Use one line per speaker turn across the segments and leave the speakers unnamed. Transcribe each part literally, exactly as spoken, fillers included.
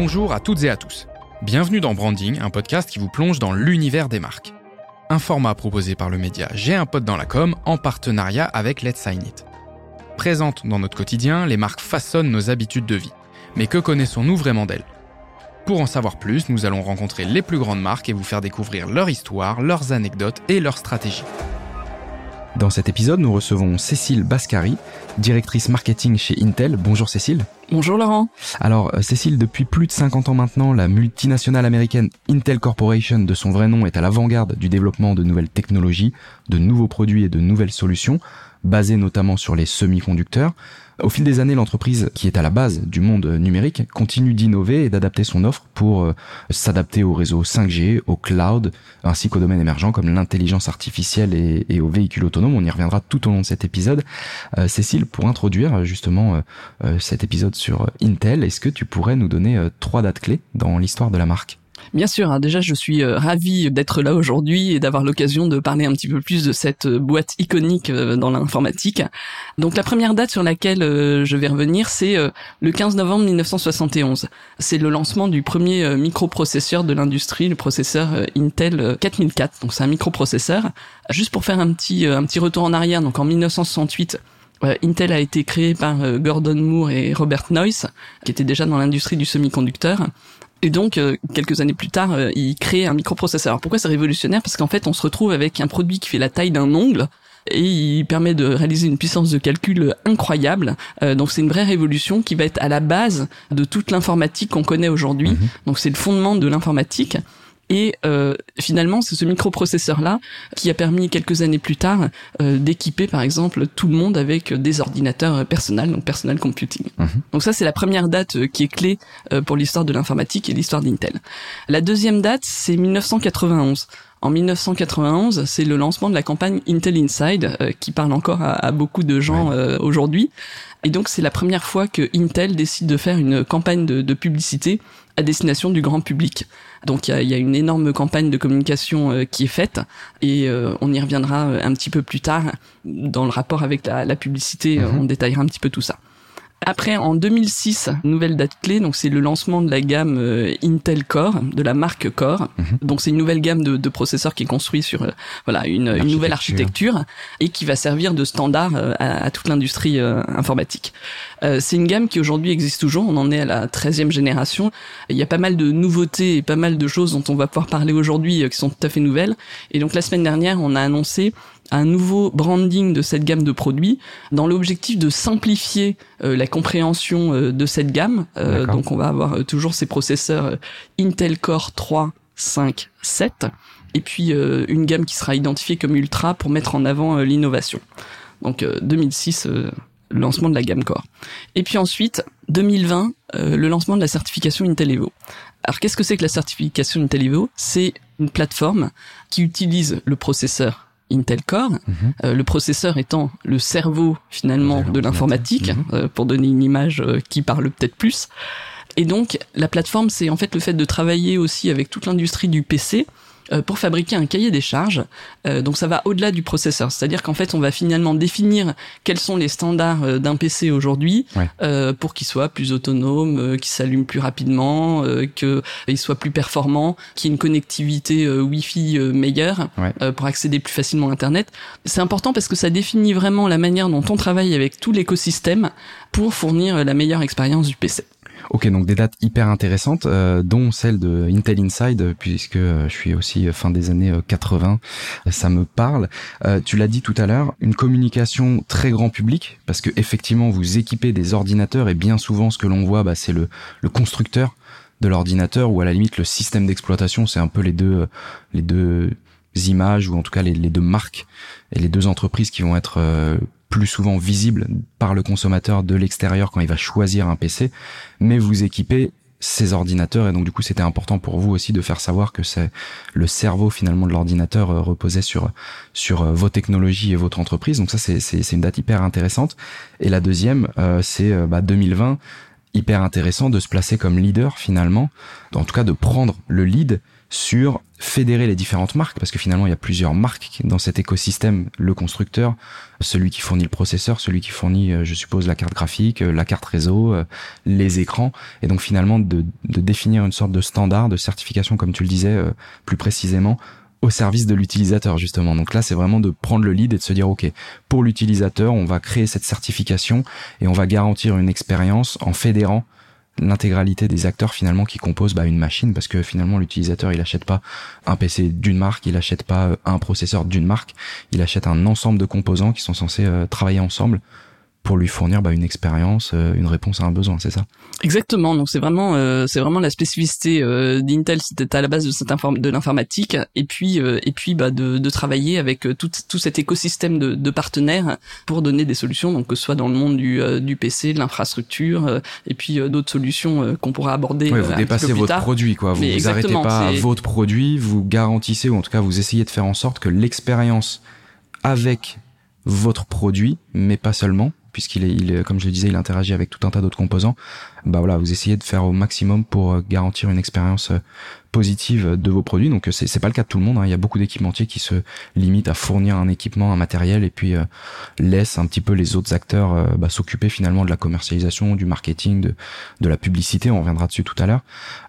Bonjour à toutes et à tous. Bienvenue dans Branding, un podcast qui vous plonge dans l'univers des marques. Un format proposé par le média J'ai un pote dans la com en partenariat avec Let's Sign It. Présentes dans notre quotidien, les marques façonnent nos habitudes de vie. Mais que connaissons-nous vraiment d'elles ? Pour en savoir plus, nous allons rencontrer les plus grandes marques et vous faire découvrir leur histoire, leurs anecdotes et leurs stratégies. Dans cet épisode, nous recevons Cécile Bascari, directrice marketing chez Intel. Bonjour Cécile.
Bonjour Laurent.
Alors Cécile, depuis plus de cinquante ans maintenant, la multinationale américaine Intel Corporation, de son vrai nom, est à l'avant-garde du développement de nouvelles technologies, de nouveaux produits et de nouvelles solutions, basées notamment sur les semi-conducteurs. Au fil des années, l'entreprise, qui est à la base du monde numérique, continue d'innover et d'adapter son offre pour euh, s'adapter aux réseaux cinq G, au cloud, ainsi qu'aux domaines émergents comme l'intelligence artificielle et, et aux véhicules autonomes. On y reviendra tout au long de cet épisode. Euh, Cécile, pour introduire justement euh, euh, cet épisode sur Intel, est-ce que tu pourrais nous donner euh, trois dates clés dans l'histoire de la marque ?
Bien sûr, hein, déjà je suis euh, ravie d'être là aujourd'hui et d'avoir l'occasion de parler un petit peu plus de cette euh, boîte iconique euh, dans l'informatique. Donc la première date sur laquelle euh, je vais revenir, c'est euh, le quinze novembre mille neuf cent soixante et onze. C'est le lancement du premier euh, microprocesseur de l'industrie, le processeur euh, Intel euh, quatre mille quatre. Donc c'est un microprocesseur. Juste pour faire un petit euh, un petit retour en arrière, donc en mille neuf cent soixante-huit, euh, Intel a été créé par euh, Gordon Moore et Robert Noyce, qui étaient déjà dans l'industrie du semi-conducteur. Et donc, euh, quelques années plus tard, euh, il crée un microprocesseur. Alors pourquoi c'est révolutionnaire ? Parce qu'en fait, on se retrouve avec un produit qui fait la taille d'un ongle et il permet de réaliser une puissance de calcul incroyable. Euh, donc c'est une vraie révolution qui va être à la base de toute l'informatique qu'on connaît aujourd'hui. Mmh. Donc c'est le fondement de l'informatique. Et euh, finalement, c'est ce microprocesseur-là qui a permis quelques années plus tard euh, d'équiper, par exemple, tout le monde avec des ordinateurs personnels, donc personal computing. Mmh. Donc ça, c'est la première date euh, qui est clé euh, pour l'histoire de l'informatique et l'histoire d'Intel. La deuxième date, c'est mille neuf cent quatre-vingt-onze. En mille neuf cent quatre-vingt-onze, c'est le lancement de la campagne Intel Inside, euh, qui parle encore à, à beaucoup de gens ouais. euh, aujourd'hui. Et donc, c'est la première fois que Intel décide de faire une campagne de, de publicité à destination du grand public. Donc, il y a, y a une énorme campagne de communication euh, qui est faite, et euh, on y reviendra un petit peu plus tard dans le rapport avec la, la publicité. Mmh. On détaillera un petit peu tout ça. Après, en deux mille six, nouvelle date clé, donc c'est le lancement de la gamme euh, Intel Core, de la marque Core. Mm-hmm. Donc c'est une nouvelle gamme de, de processeurs qui est construite sur euh, voilà une, une nouvelle architecture et qui va servir de standard euh, à, à toute l'industrie euh, informatique. Euh, c'est une gamme qui aujourd'hui existe toujours, on en est à la treizième génération. Il y a pas mal de nouveautés et pas mal de choses dont on va pouvoir parler aujourd'hui euh, qui sont tout à fait nouvelles. Et donc la semaine dernière, on a annoncé un nouveau branding de cette gamme de produits dans l'objectif de simplifier euh, la compréhension euh, de cette gamme. Euh, donc on va avoir euh, toujours ces processeurs euh, Intel Core trois, cinq, sept et puis euh, une gamme qui sera identifiée comme Ultra pour mettre en avant euh, l'innovation. Donc euh, deux mille six, euh, le lancement de la gamme Core. Et puis ensuite, deux mille vingt, euh, le lancement de la certification Intel Evo. Alors qu'est-ce que c'est que la certification Intel Evo ? C'est une plateforme qui utilise le processeur Intel Core, mmh. euh, le processeur étant le cerveau finalement de l'informatique, mmh. euh, pour donner une image euh, qui parle peut-être plus. Et donc la plateforme, c'est en fait le fait de travailler aussi avec toute l'industrie du P C euh, pour fabriquer un cahier des charges. Euh, donc ça va au-delà du processeur, c'est-à-dire qu'en fait on va finalement définir quels sont les standards euh, d'un P C aujourd'hui, ouais. euh, pour qu'il soit plus autonome, euh, qu'il s'allume plus rapidement, euh, qu'il soit plus performant, qu'il y ait une connectivité euh, Wi-Fi euh, meilleure, ouais. euh, pour accéder plus facilement à Internet. C'est important parce que ça définit vraiment la manière dont on travaille avec tout l'écosystème pour fournir la meilleure expérience du P C.
Ok, donc des dates hyper intéressantes, euh, dont celle de Intel Inside, puisque euh, je suis aussi fin des années euh, quatre-vingts, ça me parle. Euh, tu l'as dit tout à l'heure, une communication très grand public, parce que effectivement vous équipez des ordinateurs et bien souvent ce que l'on voit, bah, c'est le, le constructeur de l'ordinateur ou à la limite le système d'exploitation. C'est un peu les deux, les deux images ou en tout cas les, les deux marques et les deux entreprises qui vont être euh, plus souvent visible par le consommateur de l'extérieur quand il va choisir un P C, mais vous équipez ces ordinateurs et donc du coup c'était important pour vous aussi de faire savoir que c'est le cerveau finalement de l'ordinateur euh, reposait sur sur euh, vos technologies et votre entreprise. Donc ça c'est c'est c'est une date hyper intéressante. Et la deuxième euh, c'est euh, bah deux mille vingt, hyper intéressant de se placer comme leader finalement, en tout cas de prendre le lead sur fédérer les différentes marques, parce que finalement il y a plusieurs marques dans cet écosystème, le constructeur, celui qui fournit le processeur, celui qui fournit, je suppose, la carte graphique, la carte réseau, les écrans, et donc finalement de, de définir une sorte de standard de certification, comme tu le disais plus précisément, au service de l'utilisateur justement. Donc là, c'est vraiment de prendre le lead et de se dire, ok, pour l'utilisateur, on va créer cette certification et on va garantir une expérience en fédérant l'intégralité des acteurs finalement qui composent bah, une machine, parce que finalement l'utilisateur il achète pas un P C d'une marque, il achète pas un processeur d'une marque, il achète un ensemble de composants qui sont censés euh, travailler ensemble pour lui fournir bah, une expérience, euh, une réponse à un besoin, c'est ça?
Exactement. Donc c'est vraiment, euh, c'est vraiment la spécificité euh, d'Intel. C'était à la base de cette inform- de l'informatique, et puis euh, et puis bah de, de travailler avec euh, tout tout cet écosystème de, de partenaires pour donner des solutions. Donc que ce soit dans le monde du euh, du P C, de l'infrastructure, euh, et puis euh, d'autres solutions euh, qu'on pourra aborder.
Oui, vous
euh,
dépassez votre
tard.
produit, quoi. Vous vous arrêtez pas c'est... à votre produit. Vous garantissez, ou en tout cas vous essayez de faire en sorte que l'expérience avec votre produit, mais pas seulement, puisqu'il est, il est, comme je le disais, il interagit avec tout un tas d'autres composants. Bah voilà, vous essayez de faire au maximum pour garantir une expérience positive de vos produits. Donc c'est, c'est pas le cas de tout le monde, hein. Il y a beaucoup d'équipementiers qui se limitent à fournir un équipement, un matériel, et puis euh, laissent un petit peu les autres acteurs euh, bah, s'occuper finalement de la commercialisation, du marketing, de, de la publicité. On reviendra dessus tout à l'heure.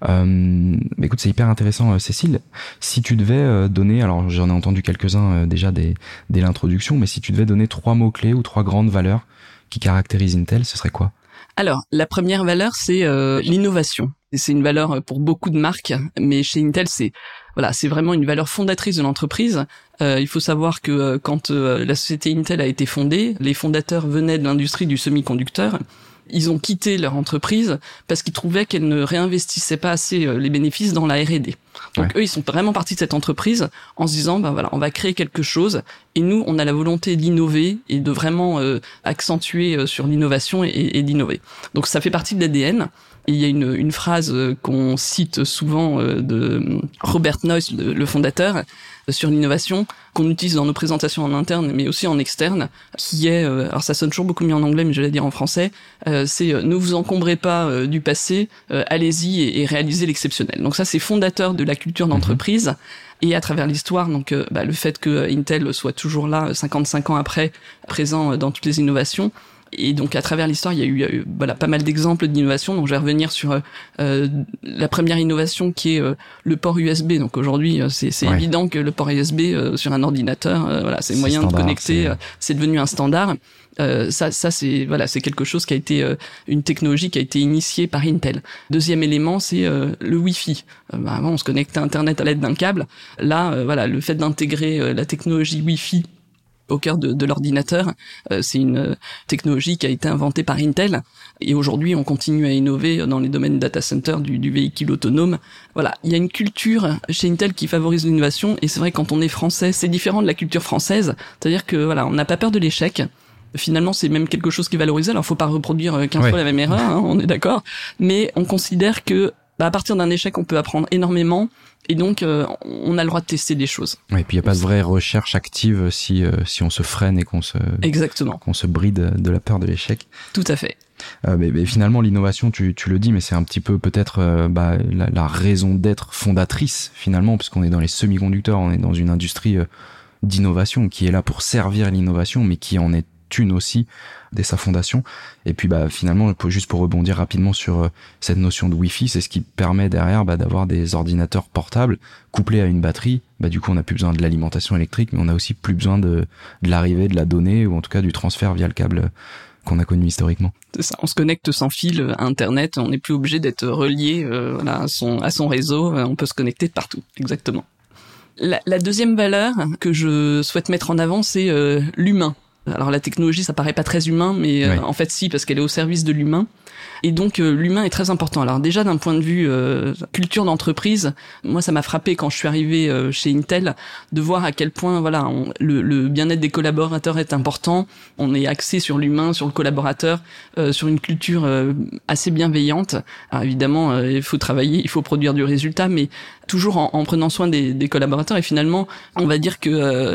Euh, écoute, c'est hyper intéressant, euh, Cécile. Si tu devais euh, donner, alors j'en ai entendu quelques-uns euh, déjà dès, dès l'introduction, mais si tu devais donner trois mots-clés ou trois grandes valeurs qui caractérisent Intel, ce serait quoi?
Alors, la première valeur, c'est euh, l'innovation. Et c'est une valeur pour beaucoup de marques, mais chez Intel, c'est voilà, c'est vraiment une valeur fondatrice de l'entreprise. Euh, il faut savoir que euh, quand euh, la société Intel a été fondée, les fondateurs venaient de l'industrie du semi-conducteur. Ils ont quitté leur entreprise parce qu'ils trouvaient qu'elle ne réinvestissait pas assez euh, les bénéfices dans la R et D. Donc ouais. Eux, ils sont vraiment partis de cette entreprise en se disant, ben voilà, on va créer quelque chose. Et nous, on a la volonté d'innover et de vraiment euh, accentuer euh, sur l'innovation et, et d'innover. Donc ça fait partie de l'A D N. Et il y a une, une phrase euh, qu'on cite souvent euh, de Robert Noyce, le, le fondateur, euh, sur l'innovation, qu'on utilise dans nos présentations en interne, mais aussi en externe, qui est, euh, alors ça sonne toujours beaucoup mieux en anglais, mais je vais dire en français, euh, c'est euh, ne vous encombrez pas euh, du passé, euh, allez-y et, et réalisez l'exceptionnel. Donc ça, c'est fondateur de la culture d'entreprise. Mmh. Et à travers l'histoire, donc euh, bah, le fait que Intel soit toujours là, cinquante-cinq ans après, présent dans toutes les innovations. Et donc à travers l'histoire, il y a eu, il y a eu voilà, pas mal d'exemples d'innovation. Donc je vais revenir sur euh, la première innovation qui est euh, le port U S B. Donc aujourd'hui, c'est, c'est ouais. évident que le port U S B euh, sur un ordinateur, euh, voilà, c'est, c'est moyen standard, de connecter. C'est... Euh, c'est devenu un standard. Euh, ça, ça c'est voilà, c'est quelque chose qui a été euh, une technologie qui a été initiée par Intel. Deuxième élément, c'est euh, le Wi-Fi. Euh, bah, avant, on se connectait à Internet à l'aide d'un câble. Là, euh, voilà, le fait d'intégrer euh, la technologie Wi-Fi au cœur de, de l'ordinateur, euh, c'est une euh, technologie qui a été inventée par Intel, et aujourd'hui on continue à innover dans les domaines data center, du, du véhicule autonome. Voilà, il y a une culture chez Intel qui favorise l'innovation, et c'est vrai que quand on est français, c'est différent de la culture française, c'est-à-dire que voilà, on n'a pas peur de l'échec. Finalement, c'est même quelque chose qui est valorisé. Alors, faut pas reproduire quinze ouais. fois la même erreur, hein, on est d'accord, mais on considère que bah, à partir d'un échec, on peut apprendre énormément. Et donc, euh, on a le droit de tester des choses.
Ouais, et puis il n'y a pas de vraie recherche active si euh, si on se freine et qu'on se
exactement
qu'on se bride de la peur de l'échec.
Tout à fait.
Euh, mais, mais finalement, l'innovation, tu tu le dis, mais c'est un petit peu peut-être euh, bah, la, la raison d'être fondatrice finalement, puisqu'on est dans les semi-conducteurs, on est dans une industrie euh, d'innovation qui est là pour servir l'innovation, mais qui en est une aussi dès sa fondation. Et puis bah finalement, juste pour rebondir rapidement sur euh, cette notion de Wi-Fi, c'est ce qui permet derrière bah, d'avoir des ordinateurs portables couplés à une batterie. Bah du coup, on n'a plus besoin de l'alimentation électrique, mais on a aussi plus besoin de, de l'arrivée de la donnée, ou en tout cas du transfert via le câble qu'on a connu historiquement.
C'est ça, on se connecte sans fil à Internet, on n'est plus obligé d'être relié euh, voilà, à son à son réseau, on peut se connecter de partout. Exactement. La, la deuxième valeur que je souhaite mettre en avant, c'est euh, l'humain. Alors la technologie, ça paraît pas très humain, mais euh, ouais. en fait si, parce qu'elle est au service de l'humain. Et donc euh, l'humain est très important. Alors déjà d'un point de vue euh, culture d'entreprise, moi ça m'a frappé quand je suis arrivé euh, chez Intel de voir à quel point voilà on, le, le bien-être des collaborateurs est important. On est axé sur l'humain, sur le collaborateur, euh, sur une culture euh, assez bienveillante. Alors évidemment, euh, il faut travailler, il faut produire du résultat, mais toujours en, en prenant soin des, des collaborateurs. Et finalement, on va dire que euh,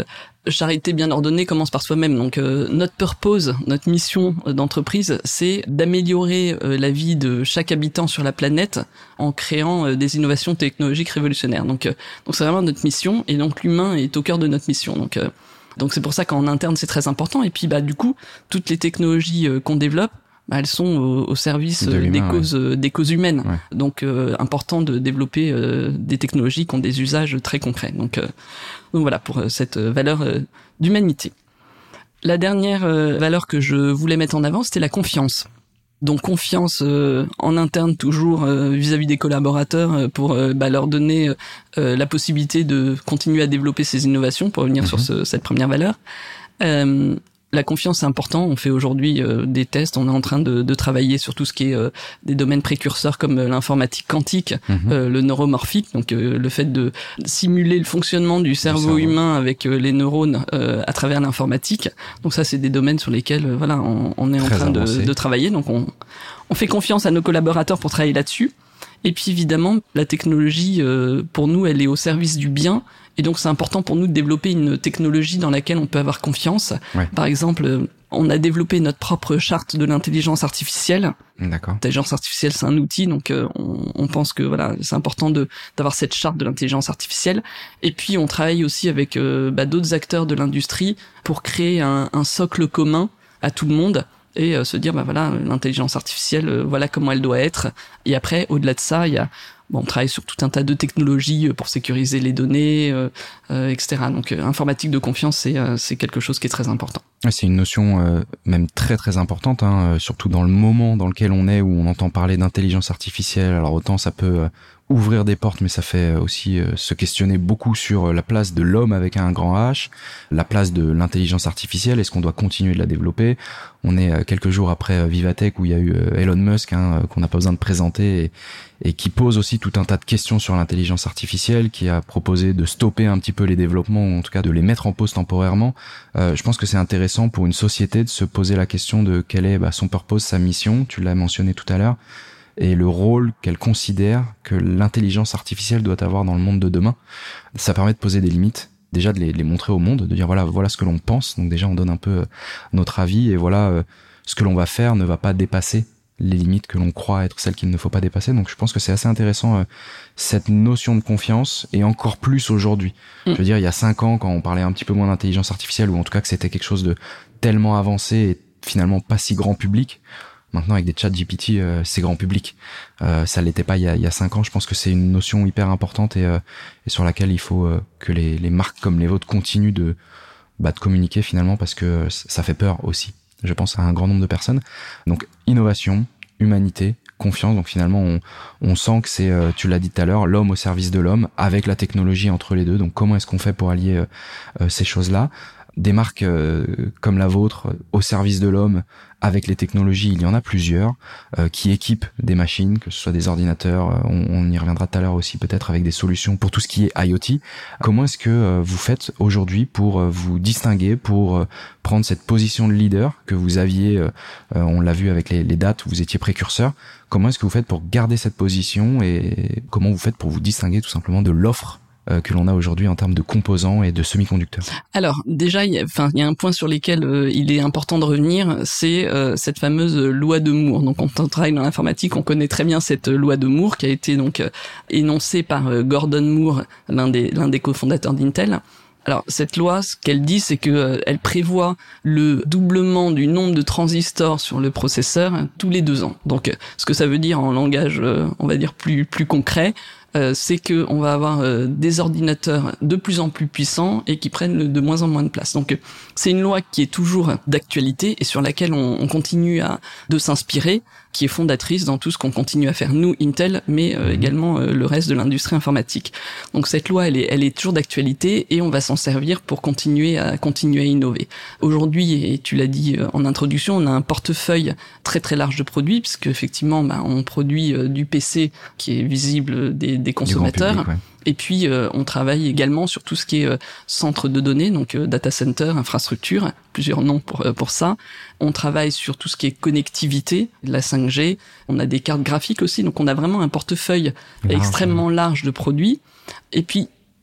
charité bien ordonnée commence par soi-même. Donc euh, notre purpose, notre mission d'entreprise, c'est d'améliorer euh, la vie de chaque habitant sur la planète en créant euh, des innovations technologiques révolutionnaires. Donc euh, donc c'est vraiment notre mission, et donc l'humain est au cœur de notre mission. Donc euh, donc c'est pour ça qu'en interne c'est très important. Et puis bah du coup toutes les technologies euh, qu'on développe, elles sont au, au service de des causes ouais. des causes humaines. Ouais. Donc euh, important de développer euh, des technologies qui ont des usages très concrets. Donc euh, donc voilà pour euh, cette valeur euh, d'humanité. La dernière euh, valeur que je voulais mettre en avant, c'était la confiance. Donc confiance euh, en interne toujours euh, vis-à-vis des collaborateurs euh, pour euh, bah, leur donner euh, la possibilité de continuer à développer ces innovations, pour revenir mm-hmm. sur ce, cette première valeur. Euh, La confiance, c'est important. On fait aujourd'hui euh, des tests. On est en train de, de travailler sur tout ce qui est euh, des domaines précurseurs comme euh, l'informatique quantique, mmh. euh, le neuromorphique, donc euh, le fait de simuler le fonctionnement du cerveau, cerveau. humain avec euh, les neurones euh, à travers l'informatique. Donc ça, c'est des domaines sur lesquels euh, voilà, on, on est Très en train de, de travailler. Donc on, on fait confiance à nos collaborateurs pour travailler là-dessus. Et puis évidemment, la technologie, euh, pour nous, elle est au service du bien. Et donc c'est important pour nous de développer une technologie dans laquelle on peut avoir confiance. Ouais. Par exemple, on a développé notre propre charte de l'intelligence artificielle.
D'accord.
L'intelligence artificielle, c'est un outil, donc euh, on, on pense que voilà, c'est important de d'avoir cette charte de l'intelligence artificielle. Et puis on travaille aussi avec euh, bah, d'autres acteurs de l'industrie pour créer un, un socle commun à tout le monde. Et euh, se dire, bah voilà, l'intelligence artificielle, euh, voilà comment elle doit être. Et après, au-delà de ça, il y a, bon, on travaille sur tout un tas de technologies pour sécuriser les données, euh, euh, et cetera. Donc, euh, informatique de confiance, c'est euh, c'est quelque chose qui est très important.
C'est une notion euh, même très très importante, hein, euh, surtout dans le moment dans lequel on est, où on entend parler d'intelligence artificielle. Alors autant ça peut euh, ouvrir des portes, mais ça fait aussi euh, se questionner beaucoup sur la place de l'homme avec un grand H, la place de l'intelligence artificielle. Est-ce qu'on doit continuer de la développer? On est euh, quelques jours après euh, Vivatech, où il y a eu euh, Elon Musk, hein, euh, qu'on n'a pas besoin de présenter, et, et qui pose aussi tout un tas de questions sur l'intelligence artificielle, qui a proposé de stopper un petit peu les développements, ou en tout cas de les mettre en pause temporairement. Euh, je pense que c'est intéressant pour une société de se poser la question de quelle est bah, son purpose, sa mission, tu l'as mentionné tout à l'heure, et le rôle qu'elle considère que l'intelligence artificielle doit avoir dans le monde de demain. Ça permet de poser des limites, déjà de les, les montrer au monde, de dire voilà voilà ce que l'on pense, donc déjà on donne un peu notre avis, et voilà euh, ce que l'on va faire ne va pas dépasser les limites que l'on croit être celles qu'il ne faut pas dépasser. Donc je pense que c'est assez intéressant euh, cette notion de confiance, et encore plus aujourd'hui. Mmh. Je veux dire, il y a cinq ans, quand on parlait un petit peu moins d'intelligence artificielle, ou en tout cas que c'était quelque chose de tellement avancé et finalement pas si grand public. Maintenant, avec des chats G P T, euh, c'est grand public. Euh, ça l'était pas il y a, il y a cinq ans. Je pense que c'est une notion hyper importante, et, euh, et sur laquelle il faut euh, que les, les marques comme les vôtres continuent de, bah, de communiquer finalement, parce que ça fait peur aussi, je pense, à un grand nombre de personnes. Donc, innovation, humanité, confiance. Donc finalement, on, on sent que c'est, euh, tu l'as dit tout à l'heure, l'homme au service de l'homme, avec la technologie entre les deux. Donc comment est-ce qu'on fait pour allier euh, euh, ces choses-là? Des marques euh, comme la vôtre, au service de l'homme, avec les technologies, il y en a plusieurs, euh, qui équipent des machines, que ce soit des ordinateurs, euh, on, on y reviendra tout à l'heure aussi, peut-être avec des solutions pour tout ce qui est I O T. Comment est-ce que euh, vous faites aujourd'hui pour euh, vous distinguer, pour euh, prendre cette position de leader que vous aviez, euh, euh, on l'a vu avec les, les dates où vous étiez précurseur? Comment est-ce que vous faites pour garder cette position, et comment vous faites pour vous distinguer tout simplement de l'offre que l'on a aujourd'hui en termes de composants et de semi-conducteurs?
Alors déjà, il y a, enfin, il y a un point sur lequel euh, il est important de revenir, c'est euh, cette fameuse loi de Moore. Donc, quand on travaille dans l'informatique, on connaît très bien cette loi de Moore qui a été donc euh, énoncée par euh, Gordon Moore, l'un des l'un des cofondateurs d'Intel. Alors cette loi, ce qu'elle dit, c'est que euh, elle prévoit le doublement du nombre de transistors sur le processeur hein, tous les deux ans. Donc, ce que ça veut dire en langage, euh, on va dire plus plus concret. Euh, c'est que on va avoir euh, des ordinateurs de plus en plus puissants et qui prennent le, de moins en moins de place. Donc c'est une loi qui est toujours d'actualité et sur laquelle on, on continue à de s'inspirer, qui est fondatrice dans tout ce qu'on continue à faire nous Intel, mais euh, également euh, le reste de l'industrie informatique. Donc cette loi, elle est, elle est toujours d'actualité et on va s'en servir pour continuer à continuer à innover. Aujourd'hui, et tu l'as dit euh, en introduction, on a un portefeuille très très large de produits puisque effectivement, bah, on produit euh, du P C qui est visible des des consommateurs. Public, ouais. Et puis, euh, on travaille également sur tout ce qui est euh, centre de données, donc euh, data center, infrastructure, plusieurs noms pour euh, pour ça. On travaille sur tout ce qui est connectivité, la cinq G. On a des cartes graphiques aussi, donc on a vraiment un portefeuille large, extrêmement large de produits. Et puis,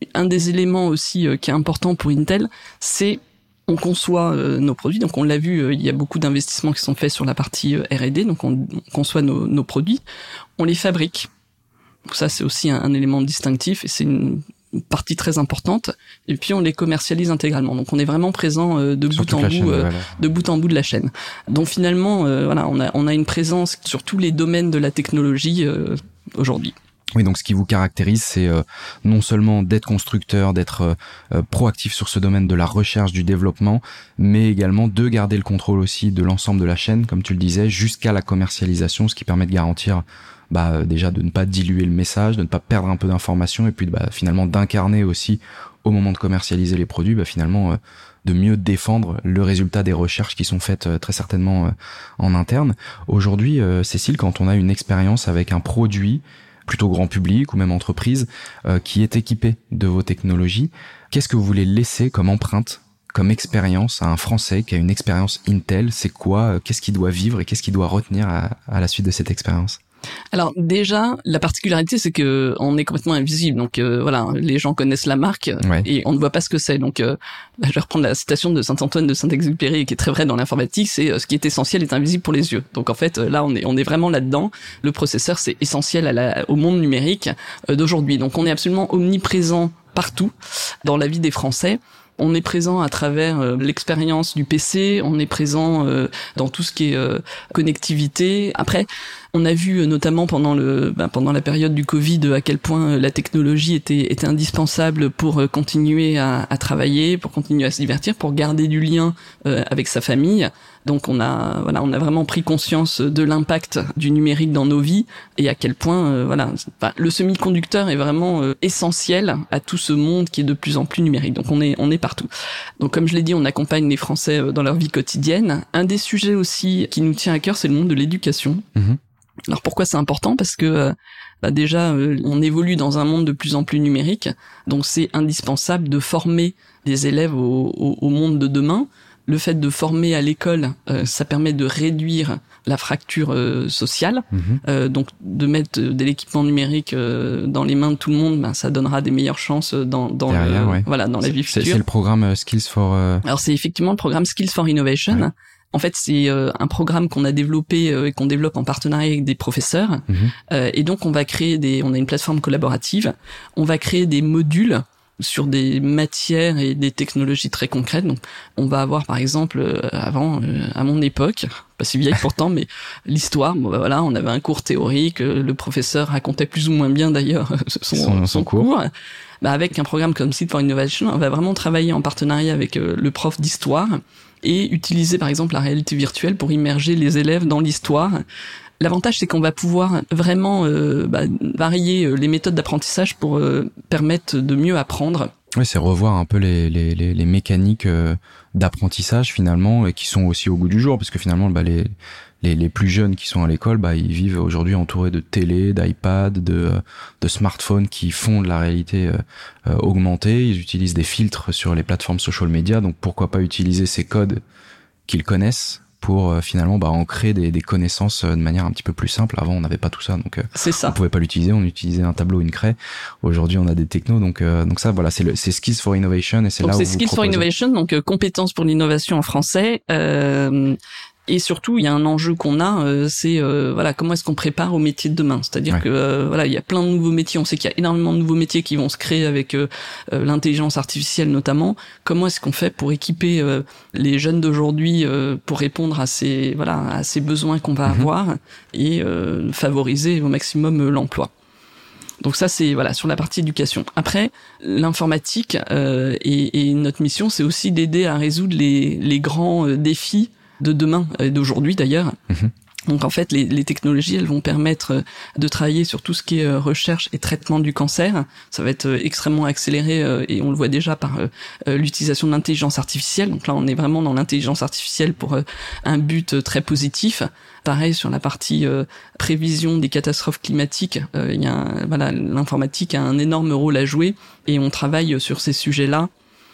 Un des éléments aussi euh, qui est important pour Intel, c'est on conçoit euh, nos produits. Donc on l'a vu, euh, il y a beaucoup d'investissements qui sont faits sur la partie euh, R et D. Donc on, on conçoit nos, nos produits, on les fabrique. Donc ça c'est aussi un, un élément distinctif et c'est une partie très importante. Et puis on les commercialise intégralement. Donc on est vraiment présent euh, de bout en bout, chaîne, euh, de bout en bout de la chaîne. Donc finalement, euh, voilà, on a on a une présence sur tous les domaines de la technologie euh, aujourd'hui.
Oui, donc ce qui vous caractérise, c'est euh, non seulement d'être constructeur, d'être euh, proactif sur ce domaine de la recherche, du développement, mais également de garder le contrôle aussi de l'ensemble de la chaîne, comme tu le disais, jusqu'à la commercialisation, ce qui permet de garantir bah déjà de ne pas diluer le message, de ne pas perdre un peu d'informations, et puis bah, finalement d'incarner aussi au moment de commercialiser les produits, bah, finalement euh, de mieux défendre le résultat des recherches qui sont faites euh, très certainement euh, en interne. Aujourd'hui, euh, Cécile, quand on a une expérience avec un produit plutôt grand public ou même entreprise euh, qui est équipé de vos technologies, qu'est-ce que vous voulez laisser comme empreinte, comme expérience à un Français qui a une expérience Intel? C'est quoi? Qu'est-ce qu'il doit vivre et qu'est-ce qu'il doit retenir à, à la suite de cette expérience?
Alors déjà, la particularité, c'est que on est complètement invisible. Donc euh, voilà, les gens connaissent la marque ouais. et on ne voit pas ce que c'est. Donc euh, là, je vais reprendre la citation de Saint-Antoine de Saint-Exupéry qui est très vraie dans l'informatique. C'est euh, ce qui est essentiel est invisible pour les yeux. Donc en fait, là, on est on est vraiment là-dedans. Le processeur, c'est essentiel à la, au monde numérique euh, d'aujourd'hui. Donc on est absolument omniprésent partout dans la vie des Français. On est présent à travers euh, l'expérience du P C, on est présent euh, dans tout ce qui est euh, connectivité. Après, on a vu euh, notamment pendant le bah, pendant la période du Covid à quel point euh, la technologie était était indispensable pour euh, continuer à, à travailler, pour continuer à se divertir, pour garder du lien euh, avec sa famille. Donc on a voilà, on a vraiment pris conscience de l'impact du numérique dans nos vies et à quel point euh, voilà, bah, le semi-conducteur est vraiment euh, essentiel à tout ce monde qui est de plus en plus numérique. Donc on est on est partout. Donc comme je l'ai dit, on accompagne les Français dans leur vie quotidienne. Un des sujets aussi qui nous tient à cœur, c'est le monde de l'éducation. Mmh. Alors pourquoi c'est important? Parce que bah déjà euh, on évolue dans un monde de plus en plus numérique, donc c'est indispensable de former des élèves au, au, au monde de demain. Le fait de former à l'école, euh, ça permet de réduire la fracture euh, sociale. Mmh. Euh, donc de mettre de l'équipement numérique euh, dans les mains de tout le monde, ben ça donnera des meilleures chances dans dans
Derrière,
le,
ouais.
voilà dans la vie future.
C'est le programme Skills for. Euh...
Alors c'est effectivement le programme Skills for Innovation. Ouais. En fait, c'est euh, un programme qu'on a développé euh, et qu'on développe en partenariat avec des professeurs. Mmh. Euh, et donc on va créer des, on a une plateforme collaborative. On va créer des modules sur des matières et des technologies très concrètes. Donc, on va avoir, par exemple, euh, avant, euh, à mon époque, pas si vieille pourtant, mais l'histoire, bon, bah, voilà, on avait un cours théorique, euh, le professeur racontait plus ou moins bien d'ailleurs son, son, son, son cours. cours. Bah, avec un programme comme Skills for Innovation, on va vraiment travailler en partenariat avec euh, le prof d'histoire et utiliser, par exemple, la réalité virtuelle pour immerger les élèves dans l'histoire. L'avantage, c'est qu'on va pouvoir vraiment euh, bah, varier les méthodes d'apprentissage pour euh, permettre de mieux apprendre.
Oui, c'est revoir un peu les les les, les mécaniques euh, d'apprentissage finalement et qui sont aussi au goût du jour parce que finalement bah les les les plus jeunes qui sont à l'école bah ils vivent aujourd'hui entourés de télé, d'iPad, de de smartphones qui font de la réalité euh, augmentée, ils utilisent des filtres sur les plateformes social media, donc pourquoi pas utiliser ces codes qu'ils connaissent pour euh, finalement bah ancrer des, des connaissances euh, de manière un petit peu plus simple. Avant on n'avait pas tout ça, donc euh,
c'est ça.
On pouvait pas l'utiliser, on utilisait un tableau, une craie. Aujourd'hui on a des technos, donc euh, donc ça voilà, c'est le c'est Skills for Innovation et c'est donc là où
c'est Skills for Innovation, donc euh, compétences pour l'innovation en français. Euh, Et surtout, il y a un enjeu qu'on a, euh, c'est euh, voilà comment est-ce qu'on prépare au métier de demain. C'est-à-dire ouais. que euh, voilà, il y a plein de nouveaux métiers. On sait qu'il y a énormément de nouveaux métiers qui vont se créer avec euh, euh, l'intelligence artificielle notamment. Comment est-ce qu'on fait pour équiper euh, les jeunes d'aujourd'hui euh, pour répondre à ces voilà à ces besoins qu'on va mm-hmm. avoir et euh, favoriser au maximum euh, l'emploi. Donc ça c'est voilà sur la partie éducation. Après l'informatique euh, et, et notre mission c'est aussi d'aider à résoudre les les grands euh, défis de demain et d'aujourd'hui d'ailleurs. Mmh. Donc en fait, les, les technologies, elles vont permettre de travailler sur tout ce qui est recherche et traitement du cancer. Ça va être extrêmement accéléré et on le voit déjà par l'utilisation de l'intelligence artificielle. Donc là, on est vraiment dans l'intelligence artificielle pour un but très positif. Pareil sur la partie prévision des catastrophes climatiques. Il y a un, voilà, l'informatique a un énorme rôle à jouer et on travaille sur ces sujets-là.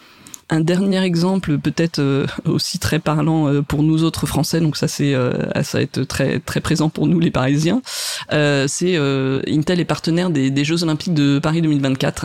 Un dernier exemple, peut-être euh, aussi très parlant euh, pour nous autres Français, donc ça c'est euh, ça va être très très présent pour nous les Parisiens. Euh, c'est euh, Intel est partenaire des, des Jeux Olympiques de Paris deux mille vingt-quatre.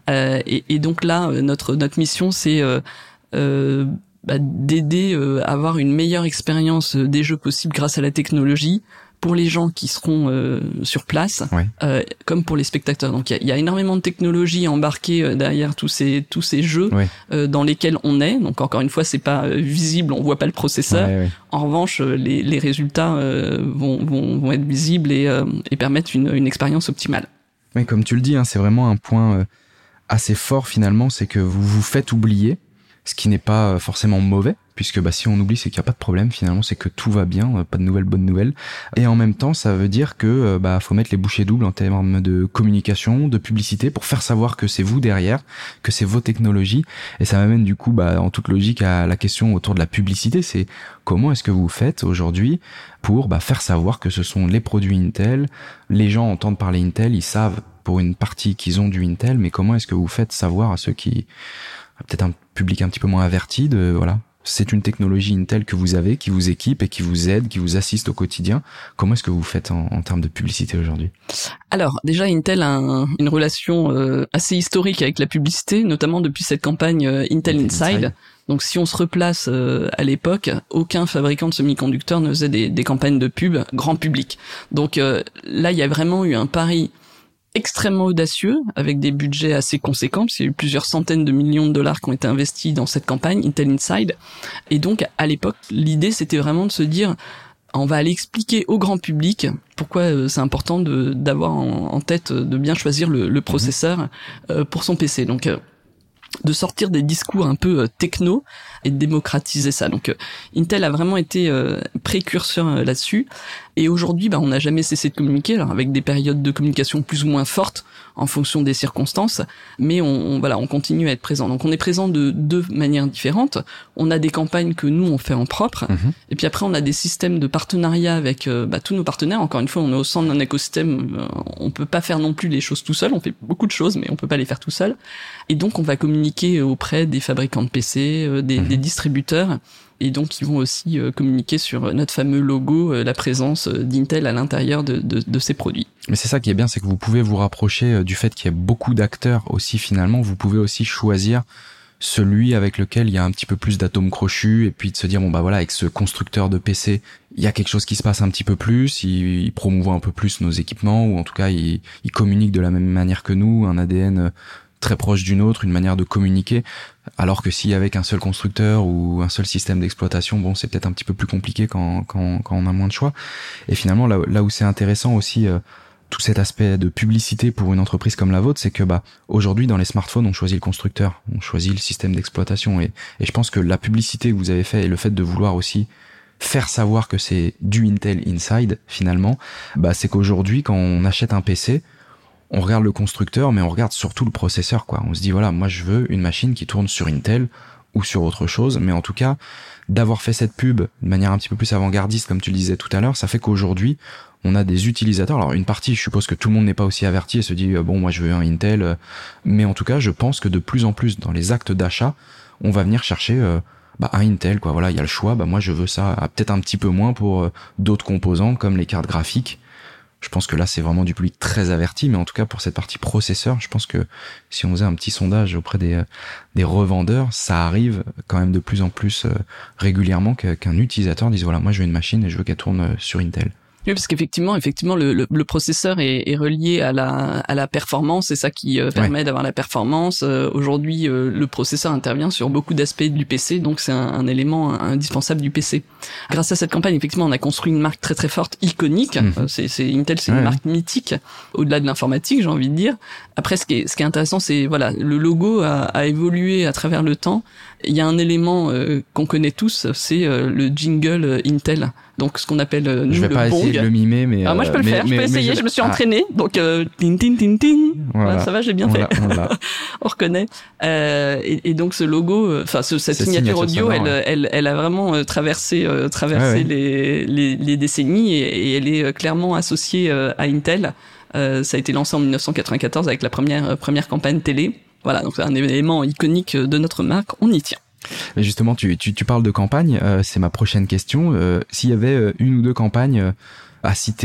Euh, et, et donc là, notre notre mission, c'est euh, euh, bah, d'aider euh, à avoir une meilleure expérience des jeux possible grâce à la technologie pour les gens qui seront euh, sur place,
ouais.
euh, comme pour les spectateurs. Donc il y a, y a énormément de technologies embarquées euh, derrière tous ces tous ces jeux
ouais.
euh, dans lesquels on est. Donc encore une fois, c'est pas euh, visible, on voit pas le processeur.
Ouais, ouais.
En revanche, euh, les les résultats euh, vont vont vont être visibles et euh, et permettre une une expérience optimale.
Mais comme tu le dis, hein, c'est vraiment un point euh, assez fort finalement, c'est que vous vous faites oublier, ce qui n'est pas forcément mauvais, puisque bah si on oublie, c'est qu'il n'y a pas de problème finalement, c'est que tout va bien, pas de nouvelles bonnes nouvelles. Et en même temps, ça veut dire que bah faut mettre les bouchées doubles en termes de communication, de publicité, pour faire savoir que c'est vous derrière, que c'est vos technologies. Et ça m'amène du coup bah en toute logique à la question autour de la publicité, c'est comment est-ce que vous faites aujourd'hui pour bah faire savoir que ce sont les produits Intel, les gens entendent parler Intel, ils savent pour une partie qu'ils ont du Intel, mais comment est-ce que vous faites savoir à ceux qui peut-être un public un petit peu moins averti de voilà, c'est une technologie Intel que vous avez, qui vous équipe et qui vous aide, qui vous assiste au quotidien. Comment est-ce que vous faites en, en termes de publicité aujourd'hui ?
Alors déjà, Intel a un, une relation euh, assez historique avec la publicité, notamment depuis cette campagne euh, Intel, Intel Inside. Inside. Donc si on se replace euh, à l'époque, aucun fabricant de semi-conducteurs ne faisait des, des campagnes de pub grand public. Donc euh, là, il y a vraiment eu un pari extrêmement audacieux, avec des budgets assez conséquents, parce qu'il y a eu plusieurs centaines de millions de dollars qui ont été investis dans cette campagne, Intel Inside. Et donc, à l'époque, l'idée, c'était vraiment de se dire, on va aller expliquer au grand public pourquoi c'est important de, d'avoir en, en tête, de bien choisir le, le processeur euh, pour son P C. Donc, euh, de sortir des discours un peu euh, techno et de démocratiser ça. Donc euh, Intel a vraiment été euh, précurseur euh, là-dessus. Et aujourd'hui, bah, on n'a jamais cessé de communiquer, alors avec des périodes de communication plus ou moins fortes en fonction des circonstances, mais on, on voilà, on continue à être présent. Donc on est présent de deux manières différentes. On a des campagnes que nous on fait en propre, mmh. et puis après on a des systèmes de partenariat avec euh, bah, tous nos partenaires. Encore une fois, on est au centre d'un écosystème. Euh, on peut pas faire non plus les choses tout seul. On fait beaucoup de choses, mais on peut pas les faire tout seul. Et donc on va communiquer auprès des fabricants de P C, euh, des, mmh. des distributeurs. Et donc, ils vont aussi euh, communiquer sur notre fameux logo, euh, la présence euh, d'Intel à l'intérieur de, de, de ces produits.
Mais c'est ça qui est bien, c'est que vous pouvez vous rapprocher euh, du fait qu'il y a beaucoup d'acteurs aussi finalement. Vous pouvez aussi choisir celui avec lequel il y a un petit peu plus d'atomes crochus et puis de se dire, bon bah voilà, avec ce constructeur de P C, il y a quelque chose qui se passe un petit peu plus, il, il promouvoit un peu plus nos équipements, ou en tout cas, il, il communique de la même manière que nous, un A D N très proche d'une autre, une manière de communiquer, alors que s'il y avait qu'un seul constructeur ou un seul système d'exploitation, bon, c'est peut-être un petit peu plus compliqué quand, quand, quand on a moins de choix. Et finalement, là, là où c'est intéressant aussi, euh, tout cet aspect de publicité pour une entreprise comme la vôtre, c'est que bah aujourd'hui, dans les smartphones, on choisit le constructeur, on choisit le système d'exploitation, et, et je pense que la publicité que vous avez fait et le fait de vouloir aussi faire savoir que c'est du Intel Inside, finalement, bah c'est qu'aujourd'hui, quand on achète un P C, on regarde le constructeur, mais on regarde surtout le processeur, quoi. On se dit, voilà, moi, je veux une machine qui tourne sur Intel ou sur autre chose. Mais en tout cas, d'avoir fait cette pub de manière un petit peu plus avant-gardiste, comme tu le disais tout à l'heure, ça fait qu'aujourd'hui, on a des utilisateurs. Alors, une partie, je suppose que tout le monde n'est pas aussi averti et se dit, bon, moi, je veux un Intel. Mais en tout cas, je pense que de plus en plus, dans les actes d'achat, on va venir chercher euh, bah, un Intel, quoi. Voilà, il y a le choix. Bah, moi, je veux ça, peut-être un petit peu moins pour euh, d'autres composants, comme les cartes graphiques. Je pense que là, c'est vraiment du public très averti, mais en tout cas, pour cette partie processeur, je pense que si on faisait un petit sondage auprès des, des revendeurs, ça arrive quand même de plus en plus euh, régulièrement qu'un utilisateur dise, voilà, moi, je veux une machine et je veux qu'elle tourne sur Intel.
Oui, parce qu'effectivement, effectivement, le, le, le processeur est, est relié à la, à la performance. C'est ça qui euh, permet ouais. d'avoir la performance. Euh, aujourd'hui, euh, le processeur intervient sur beaucoup d'aspects du P C, donc c'est un, un élément indispensable du P C. Grâce à cette campagne, effectivement, on a construit une marque très très forte, iconique. Mmh. Euh, c'est, c'est Intel, c'est ouais, une marque ouais. mythique, au-delà de l'informatique, j'ai envie de dire. Après, ce qui est, ce qui est intéressant, c'est voilà, le logo a, a évolué à travers le temps. Il y a un élément euh, qu'on connaît tous, c'est euh, le jingle euh, Intel. Donc ce qu'on appelle euh, nous,
je vais
le
pas
bong.
essayer de le mimer, mais
ah, moi je peux
euh,
le
mais,
faire,
mais,
je peux essayer. Je... je me suis ah. entraîné, donc euh, tin tin tin tin. Voilà. Voilà, ça va, j'ai bien
on
fait.
L'a, on, l'a.
on reconnaît. Euh, et, et donc ce logo, enfin ce, cette signature, signature audio, sonore, elle, ouais. elle, elle a vraiment euh, traversé, euh, traversé ouais, ouais. Les, les, les décennies et, et elle est clairement associée euh, à Intel. Euh, ça a été lancé en dix-neuf cent quatre-vingt-quatorze avec la première euh, première campagne télé. Voilà, donc c'est un élément iconique de notre marque. On y tient.
Mais justement, tu, tu, tu parles de campagne, euh, c'est ma prochaine question. Euh, s'il y avait euh, une ou deux campagnes euh, à citer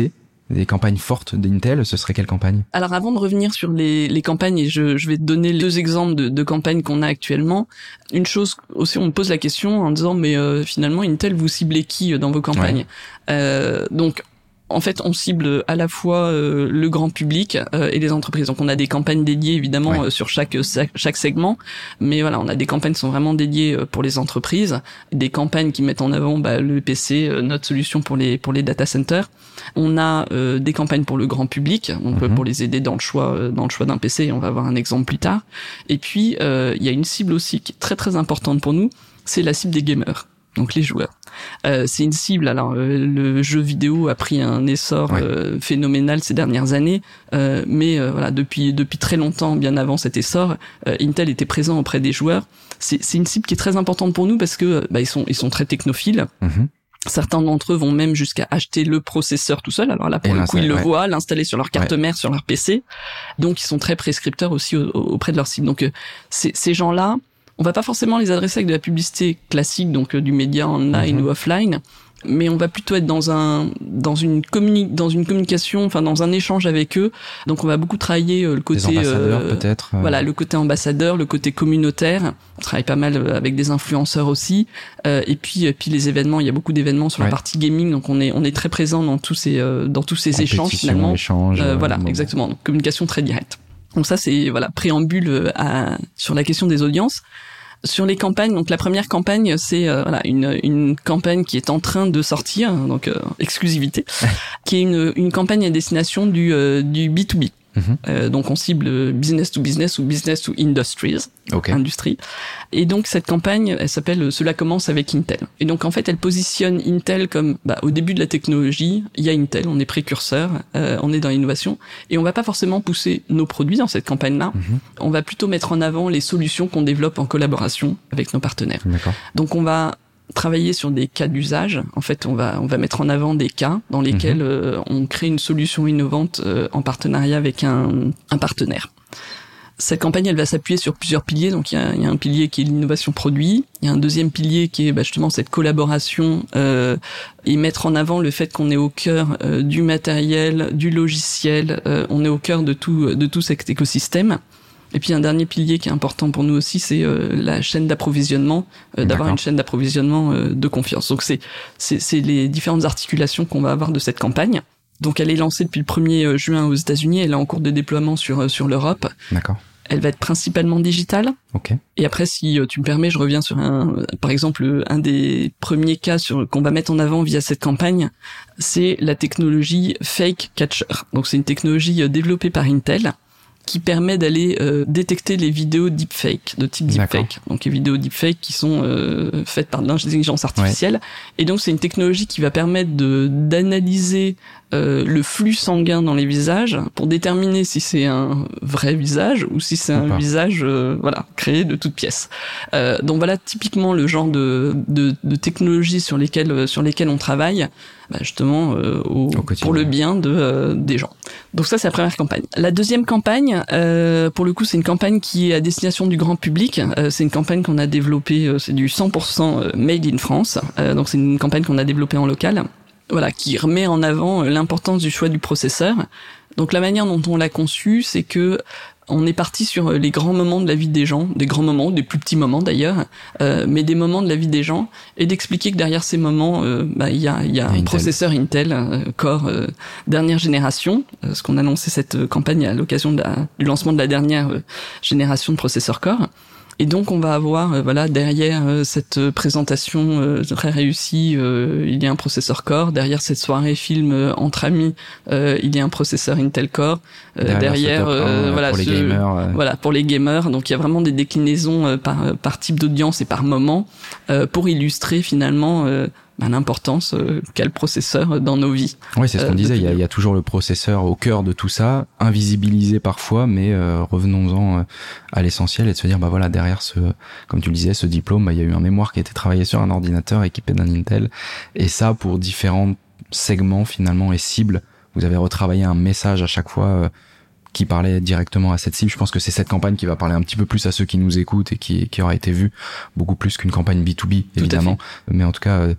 des campagnes fortes d'Intel, ce serait quelle campagne?
Alors avant de revenir sur les, les campagnes, et je, je vais te donner deux exemples de, de campagnes qu'on a actuellement. Une chose aussi, on me pose la question en disant mais euh, finalement Intel, vous ciblez qui dans vos campagnes? Ouais. euh, Donc en fait, on cible à la fois euh, le grand public euh, et les entreprises. Donc, on a des campagnes dédiées évidemment ouais. euh, sur chaque chaque segment, mais voilà, on a des campagnes qui sont vraiment dédiées euh, pour les entreprises, des campagnes qui mettent en avant bah, le P C, euh, notre solution pour les pour les data centers. On a euh, des campagnes pour le grand public, donc mm-hmm. pour les aider dans le choix euh, dans le choix d'un P C. On va avoir un exemple plus tard. Et puis, euh, il y a une cible aussi qui est très très importante pour nous, c'est la cible des gamers. Donc les joueurs. Euh, c'est une cible. Alors euh, le jeu vidéo a pris un essor ouais. euh, phénoménal ces dernières années, euh, mais euh, voilà depuis depuis très longtemps, bien avant cet essor, euh, Intel était présent auprès des joueurs. C'est c'est une cible qui est très importante pour nous parce que bah ils sont ils sont très technophiles. Mm-hmm. Certains d'entre eux vont même jusqu'à acheter le processeur tout seul. Alors là, pour Et le coup, ils le ouais. voient, l'installer sur leur carte ouais. mère, sur leur P C. Donc ils sont très prescripteurs aussi au, au, auprès de leur cible. Donc euh, c'est, ces gens-là, on va pas forcément les adresser avec de la publicité classique, donc euh, du média online mm-hmm. ou offline, mais on va plutôt être dans un dans une communi- dans une communication, enfin dans un échange avec eux. Donc on va beaucoup travailler euh, le côté
des ambassadeurs euh, peut-être. Euh...
Voilà, le côté ambassadeur, le côté communautaire. On travaille pas mal avec des influenceurs aussi. Euh, et puis et puis les événements, il y a beaucoup d'événements sur ouais. la partie gaming, donc on est on est très présent dans tous ces euh, dans tous ces échanges finalement.
Échanges,
euh, voilà,
bon.
exactement. Donc communication très directe. Donc ça c'est voilà préambule à sur la question des audiences. Sur les campagnes, donc la première campagne, c'est euh, voilà une une campagne qui est en train de sortir, donc euh, exclusivité, qui est une une campagne à destination du euh, du B deux B. Mm-hmm. Euh, donc on cible business to business ou business to industries, okay. industrie. Et donc cette campagne, elle s'appelle Cela commence avec Intel. Et donc en fait, elle positionne Intel comme bah, au début de la technologie, il y a Intel, on est précurseur, euh, on est dans l'innovation, et on va pas forcément pousser nos produits dans cette campagne-là. Mm-hmm. On va plutôt mettre en avant les solutions qu'on développe en collaboration avec nos partenaires. D'accord. Donc on va travailler sur des cas d'usage. En fait, on va on va mettre en avant des cas dans lesquels mmh. euh, on crée une solution innovante euh, en partenariat avec un un partenaire. Cette campagne, elle va s'appuyer sur plusieurs piliers. Donc, il y a, il y a un pilier qui est l'innovation produit. Il y a un deuxième pilier qui est bah, justement cette collaboration euh, et mettre en avant le fait qu'on est au cœur euh, du matériel, du logiciel. Euh, on est au cœur de tout de tout cet écosystème. Et puis un dernier pilier qui est important pour nous aussi, c'est euh, la chaîne d'approvisionnement, euh, d'avoir D'accord. une chaîne d'approvisionnement euh, de confiance. Donc c'est, c'est c'est les différentes articulations qu'on va avoir de cette campagne. Donc elle est lancée depuis le premier juin aux États-Unis, elle est en cours de déploiement sur sur l'Europe. D'accord. Elle va être principalement digitale. Ok. Et après, si tu me permets, je reviens sur un, par exemple, un des premiers cas sur qu'on va mettre en avant via cette campagne, c'est la technologie Fake Catcher. Donc c'est une technologie développée par Intel, qui permet d'aller euh, détecter les vidéos deepfake, de type deepfake. Donc les vidéos deepfake qui sont euh, faites par de l'intelligence artificielle. Ouais. Et donc c'est une technologie qui va permettre de d'analyser euh, le flux sanguin dans les visages pour déterminer si c'est un vrai visage ou si c'est un visage euh, voilà créé de toutes pièces. Euh, donc voilà typiquement le genre de de, de technologies sur lesquelles sur lesquelles on travaille. Bah justement euh, au, au pour le bien de euh, des gens. Donc ça c'est la première campagne. La deuxième campagne, euh, pour le coup c'est une campagne qui est à destination du grand public. Euh, c'est une campagne qu'on a développée, euh, c'est du cent pour cent made in France. Euh, donc c'est une campagne qu'on a développée en local. Voilà, qui remet en avant l'importance du choix du processeur. Donc la manière dont on l'a conçu, c'est que on est parti sur les grands moments de la vie des gens, des grands moments, des plus petits moments d'ailleurs, euh, mais des moments de la vie des gens, et d'expliquer que derrière ces moments, euh, bah il y a, il y a un Intel. processeur Intel euh, Core euh, dernière génération, euh, ce qu'on a annoncé cette campagne à l'occasion de la, du lancement de la dernière euh, génération de processeur Core. Et donc on va avoir euh, voilà derrière euh, cette présentation euh, très réussie, euh, il y a un processeur Core. Derrière cette soirée film euh, entre amis, euh, il y a un processeur Intel Core. Euh, derrière, derrière euh, voilà
pour
ce,
les gamers, euh...
voilà pour les gamers. Donc il y a vraiment des déclinaisons euh, par par type d'audience et par moment euh, pour illustrer finalement euh, l'importance euh, qu'a le processeur dans nos vies.
Oui, c'est ce qu'on euh, disait, il y, a, il y a toujours le processeur au cœur de tout ça, invisibilisé parfois, mais euh, revenons-en euh, à l'essentiel et de se dire, bah voilà, derrière ce, comme tu le disais, ce diplôme, bah, il y a eu un mémoire qui a été travaillé sur un ordinateur équipé d'un Intel, et ça, pour différents segments finalement et cibles, vous avez retravaillé un message à chaque fois euh, qui parlait directement à cette cible. Je pense que c'est cette campagne qui va parler un petit peu plus à ceux qui nous écoutent et qui, qui aura été vue beaucoup plus qu'une campagne B deux B, évidemment. Mais en tout cas, euh,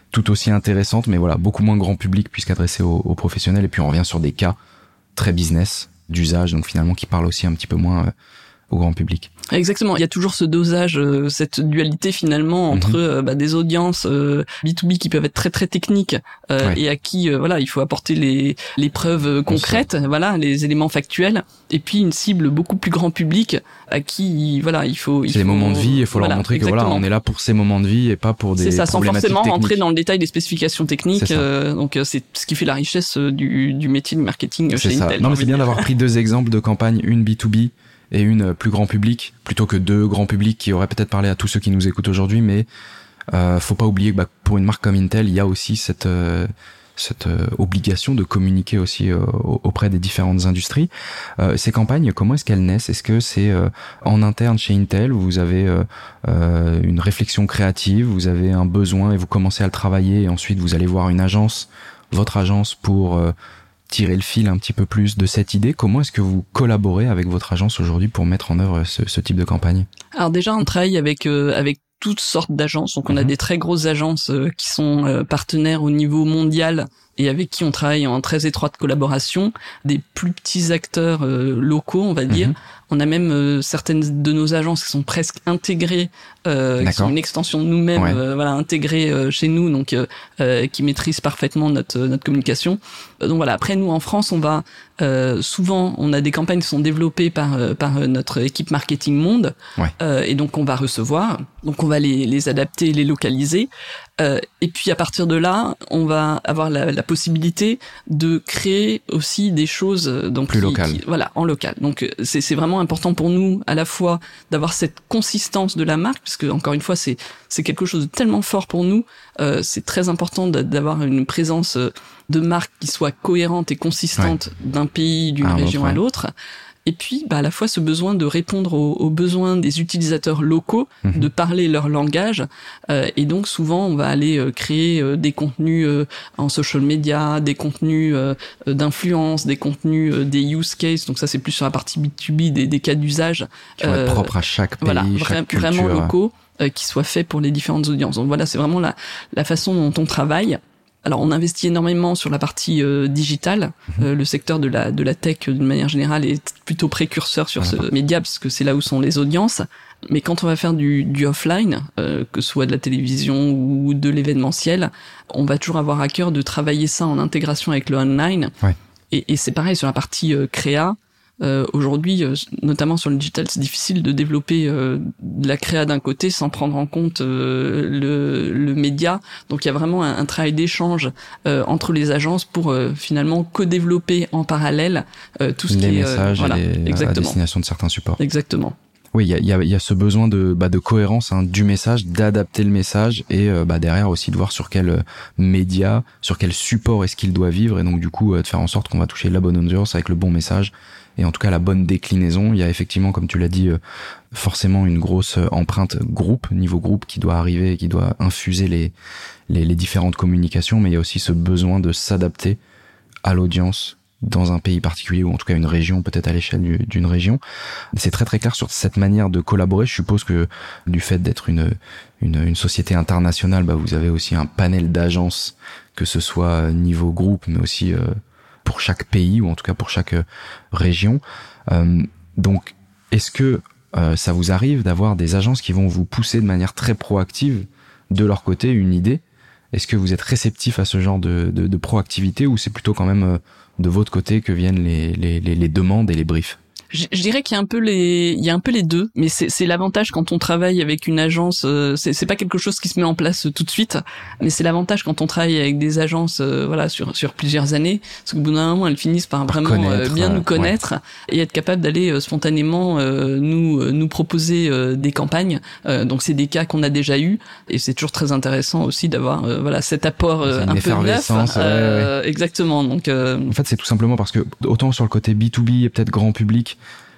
tout aussi intéressantes, mais voilà, beaucoup moins grand public puisqu'adressées aux, aux professionnels. Et puis on revient sur des cas très business, d'usage, donc finalement qui parlent aussi un petit peu moins euh, au grand public.
Exactement, il y a toujours ce dosage, euh, cette dualité finalement entre mm-hmm. euh, bah, des audiences euh, B deux B qui peuvent être très très techniques euh, ouais. et à qui euh, voilà il faut apporter les les preuves concrètes, voilà les éléments factuels, et puis une cible beaucoup plus grand public à qui voilà il faut il
c'est
faut,
les moments de vie, il faut voilà, leur montrer exactement. que voilà on est là pour ces moments de vie et pas pour des
c'est ça, sans forcément
techniques.
Rentrer dans le détail des spécifications techniques. Euh, donc c'est ce qui fait la richesse du du métier de marketing
c'est
chez
ça.
Intel.
Non mais c'est bien d'avoir pris deux exemples de campagnes, une B deux B et une plus grand public, plutôt que deux grands publics qui auraient peut-être parlé à tous ceux qui nous écoutent aujourd'hui, mais euh, faut pas oublier que bah, pour une marque comme Intel, il y a aussi cette euh, cette euh, obligation de communiquer aussi euh, auprès des différentes industries. Euh, ces campagnes, comment est-ce qu'elles naissent? Est-ce que c'est euh, en interne chez Intel, où vous avez euh, euh, une réflexion créative, vous avez un besoin et vous commencez à le travailler, et ensuite vous allez voir une agence, votre agence, pour euh, tirer le fil un petit peu plus de cette idée? Comment est-ce que vous collaborez avec votre agence aujourd'hui pour mettre en œuvre ce, ce type de campagne?
Alors déjà, on travaille avec euh, avec toutes sortes d'agences. Donc on mmh. a des très grosses agences euh, qui sont euh, partenaires au niveau mondial et avec qui on travaille en très étroite collaboration. Des plus petits acteurs euh, locaux, on va dire. Mmh. On a même euh, certaines de nos agences qui sont presque intégrées, euh, qui sont une extension de nous-mêmes, ouais. euh, voilà, intégrées euh, chez nous, donc euh, euh, qui maîtrisent parfaitement notre notre communication. Donc voilà. Après, nous en France, on va euh, souvent, on a des campagnes qui sont développées par euh, par notre équipe marketing monde,
ouais.
euh, et donc on va recevoir, donc on va les les adapter, les localiser. Euh, et puis à partir de là, on va avoir la, la possibilité de créer aussi des choses donc
plus locales.
Voilà, en local. Donc c'est c'est vraiment important pour nous à la fois d'avoir cette consistance de la marque, parce que encore une fois c'est c'est quelque chose de tellement fort pour nous. Euh, c'est très important d'avoir une présence de marque qui soit cohérente et consistante ouais. d'un pays, d'une ah, région autre, à l'autre. Et puis, bah, à la fois ce besoin de répondre aux, aux besoins des utilisateurs locaux, mmh. de parler leur langage. Euh, et donc, souvent, on va aller euh, créer euh, des contenus euh, en social media, des contenus euh, d'influence, des contenus euh, des use cases. Donc ça, c'est plus sur la partie B deux B, des, des cas d'usage.
Qui vont être propres à chaque pays,
voilà,
chaque
vra-
culture.
Vraiment locaux, euh, qui soient faits pour les différentes audiences. Donc voilà, c'est vraiment la, la façon dont on travaille. Alors, on investit énormément sur la partie euh, digitale. Mmh. Euh, le secteur de la de la tech, d'une manière générale, est plutôt précurseur sur ah, ce d'accord. média, parce que c'est là où sont les audiences. Mais quand on va faire du, du offline, euh, que ce soit de la télévision ou de l'événementiel, on va toujours avoir à cœur de travailler ça en intégration avec le online.
Ouais.
Et, et c'est pareil sur la partie euh, créa. Euh, aujourd'hui, euh, notamment sur le digital, c'est difficile de développer euh, de la créa d'un côté sans prendre en compte euh, le, le média. Donc il y a vraiment un, un travail d'échange euh, entre les agences pour euh, finalement co-développer en parallèle euh, tout ce
les
qui est
les messages
euh, voilà,
et les, à destination de certains supports.
Exactement.
Oui, il y a, y, a, y a ce besoin de, bah, de cohérence hein, du message, d'adapter le message et euh, bah, derrière aussi de voir sur quel euh, média, sur quel support est-ce qu'il doit vivre, et donc du coup euh, de faire en sorte qu'on va toucher la bonne audience avec le bon message et en tout cas la bonne déclinaison. Il y a effectivement, comme tu l'as dit, euh, forcément une grosse empreinte groupe, niveau groupe, qui doit arriver et qui doit infuser les, les, les différentes communications, mais il y a aussi ce besoin de s'adapter à l'audience dans un pays particulier, ou en tout cas une région, peut-être à l'échelle du, d'une région. C'est très très clair sur cette manière de collaborer. Je suppose que du fait d'être une une, une société internationale, bah vous avez aussi un panel d'agences, que ce soit niveau groupe, mais aussi euh, pour chaque pays, ou en tout cas pour chaque euh, région. Euh, donc, est-ce que euh, ça vous arrive d'avoir des agences qui vont vous pousser de manière très proactive de leur côté une idée? Est-ce que vous êtes réceptif à ce genre de, de, de proactivité, ou c'est plutôt quand même euh, de votre côté que viennent les, les, les, les demandes et les briefs?
Je, je dirais qu'il y a un peu les, il y a un peu les deux, mais c'est, c'est l'avantage quand on travaille avec une agence. Euh, c'est, c'est pas quelque chose qui se met en place tout de suite, mais c'est l'avantage quand on travaille avec des agences, euh, voilà, sur sur plusieurs années, parce qu'au bout d'un moment, elles finissent par vraiment euh, bien nous connaître ouais. et être capables d'aller euh, spontanément euh, nous euh, nous proposer euh, des campagnes. Euh, donc c'est des cas qu'on a déjà eu, et c'est toujours très intéressant aussi d'avoir euh, voilà cet apport euh, un peu neuf. Euh, ouais, ouais. Exactement. Donc euh...
en fait, c'est tout simplement parce que autant sur le côté B deux B et peut-être grand public,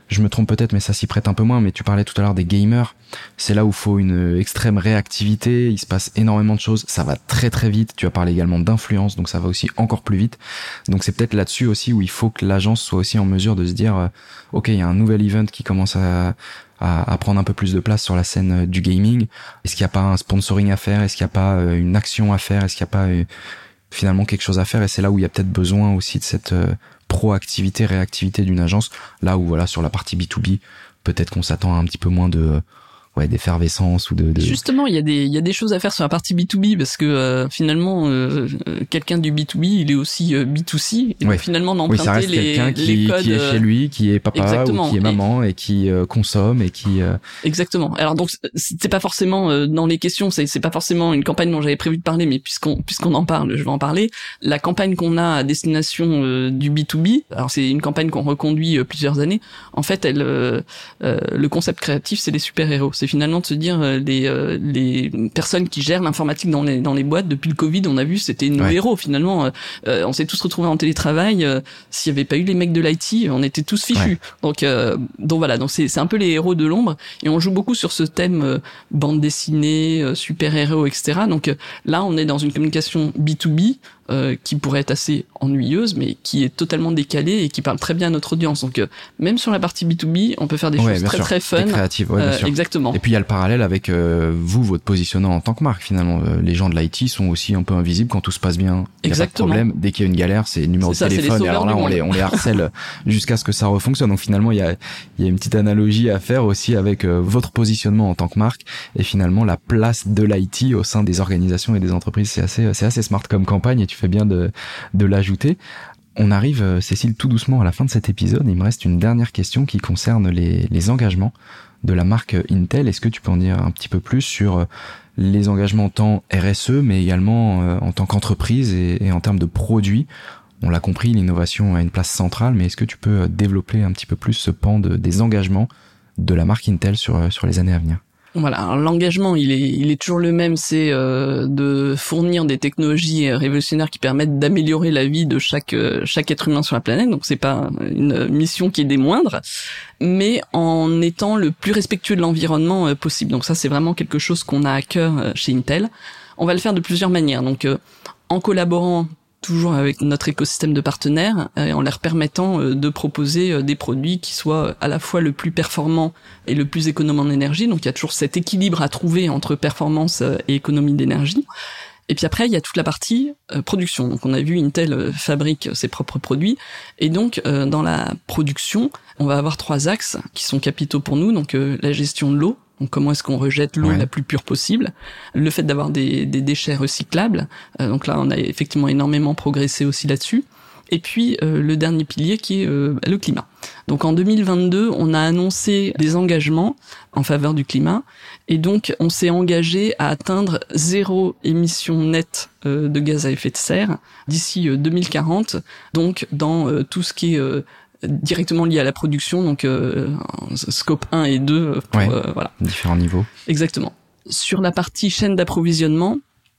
je me trompe peut-être, mais ça s'y prête un peu moins, mais tu parlais tout à l'heure des gamers. C'est là où il faut une extrême réactivité, il se passe énormément de choses, ça va très très vite. Tu as parlé également d'influence, donc ça va aussi encore plus vite. Donc c'est peut-être là-dessus aussi où il faut que l'agence soit aussi en mesure de se dire, euh, ok, il y a un nouvel event qui commence à, à, à prendre un peu plus de place sur la scène du gaming. Est-ce qu'il n'y a pas un sponsoring à faire? Est-ce qu'il n'y a pas une action à faire? Est-ce qu'il n'y a pas euh, finalement quelque chose à faire? Et c'est là où il y a peut-être besoin aussi de cette euh, proactivité, réactivité d'une agence. Là où voilà, sur la partie B deux B, peut-être qu'on s'attend à un petit peu moins de ouais d'effervescence ou de, de...
Justement, il y a des il y a des choses à faire sur la partie B deux B parce que euh, finalement euh, quelqu'un du B deux B, il est aussi euh, B deux C et
ouais.
donc, finalement
d'emprunter
oui, ça reste
les
quelqu'un
qui,
les codes
qui est chez lui, qui est papa
exactement.
ou qui est maman et, et qui euh, consomme et qui euh...
Exactement. Alors donc c'est pas forcément euh, dans les questions, c'est c'est pas forcément une campagne dont j'avais prévu de parler, mais puisqu'on puisqu'on en parle, je vais en parler. La campagne qu'on a à destination euh, du B deux B, alors c'est une campagne qu'on reconduit euh, plusieurs années. En fait, elle euh, euh, le concept créatif, c'est les super-héros. C'est finalement de se dire les euh, les personnes qui gèrent l'informatique dans les dans les boîtes depuis le Covid, on a vu c'était nos ouais. héros finalement. Euh, on s'est tous retrouvés en télétravail. Euh, s'il y avait pas eu les mecs de l'I T, on était tous fichus. Ouais. Donc euh, donc voilà, donc c'est c'est un peu les héros de l'ombre et on joue beaucoup sur ce thème euh, bande dessinée, euh, super-héros, et cetera. Donc euh, là, on est dans une communication B deux B. Euh, qui pourrait être assez ennuyeuse, mais qui est totalement décalée et qui parle très bien à notre audience. Donc, euh, même sur la partie B deux B, on peut faire des ouais, choses très
sûr.
très fun,
très créatives, ouais,
euh,
bien sûr.
Exactement.
Et puis il y a le parallèle avec euh, vous, votre positionnement en tant que marque. Finalement, euh, les gens de l'I T sont aussi un peu invisibles quand tout se passe bien. Il y a pas de problème. Dès qu'il y a une galère, c'est le numéro
c'est
de
ça,
téléphone. Et alors là, on les on les harcèle jusqu'à ce que ça refonctionne. Donc finalement, il y a il y a une petite analogie à faire aussi avec euh, votre positionnement en tant que marque et finalement la place de l'I T au sein des organisations et des entreprises. C'est assez c'est assez smart comme campagne et tu fais bien de de l'ajouter. On arrive, Cécile, tout doucement à la fin de cet épisode. Il me reste une dernière question qui concerne les, les engagements de la marque Intel. Est-ce que tu peux en dire un petit peu plus sur les engagements tant R S E, mais également euh, en tant qu'entreprise et, et en termes de produits? On l'a compris, l'innovation a une place centrale, mais est-ce que tu peux développer un petit peu plus ce pan de, des engagements de la marque Intel sur, sur les années à venir?
Voilà, alors l'engagement, il est, il est toujours le même, c'est euh, de fournir des technologies révolutionnaires qui permettent d'améliorer la vie de chaque euh, chaque être humain sur la planète. Donc c'est pas une mission qui est des moindres, mais en étant le plus respectueux de l'environnement euh, possible. Donc ça, c'est vraiment quelque chose qu'on a à cœur euh, chez Intel. On va le faire de plusieurs manières. Donc euh, en collaborant toujours avec notre écosystème de partenaires, euh, en leur permettant euh, de proposer euh, des produits qui soient à la fois le plus performant et le plus économe en énergie. Donc il y a toujours cet équilibre à trouver entre performance euh, et économie d'énergie. Et puis après, il y a toute la partie euh, production. Donc on a vu Intel euh, fabrique ses propres produits. Et donc euh, dans la production, on va avoir trois axes qui sont capitaux pour nous. Donc euh, la gestion de l'eau. Donc comment est-ce qu'on rejette l'eau ouais. la plus pure possible, le fait d'avoir des, des déchets recyclables, euh, donc là on a effectivement énormément progressé aussi là-dessus, et puis euh, le dernier pilier qui est euh, le climat. Donc en deux mille vingt-deux, on a annoncé des engagements en faveur du climat, et donc on s'est engagé à atteindre zéro émission nette euh, de gaz à effet de serre d'ici euh, deux mille quarante, donc dans euh, tout ce qui est euh, directement lié à la production, donc euh, scope un et deux pour,
ouais,
euh, voilà,
différents niveaux.
Exactement. Sur la partie chaîne d'approvisionnement,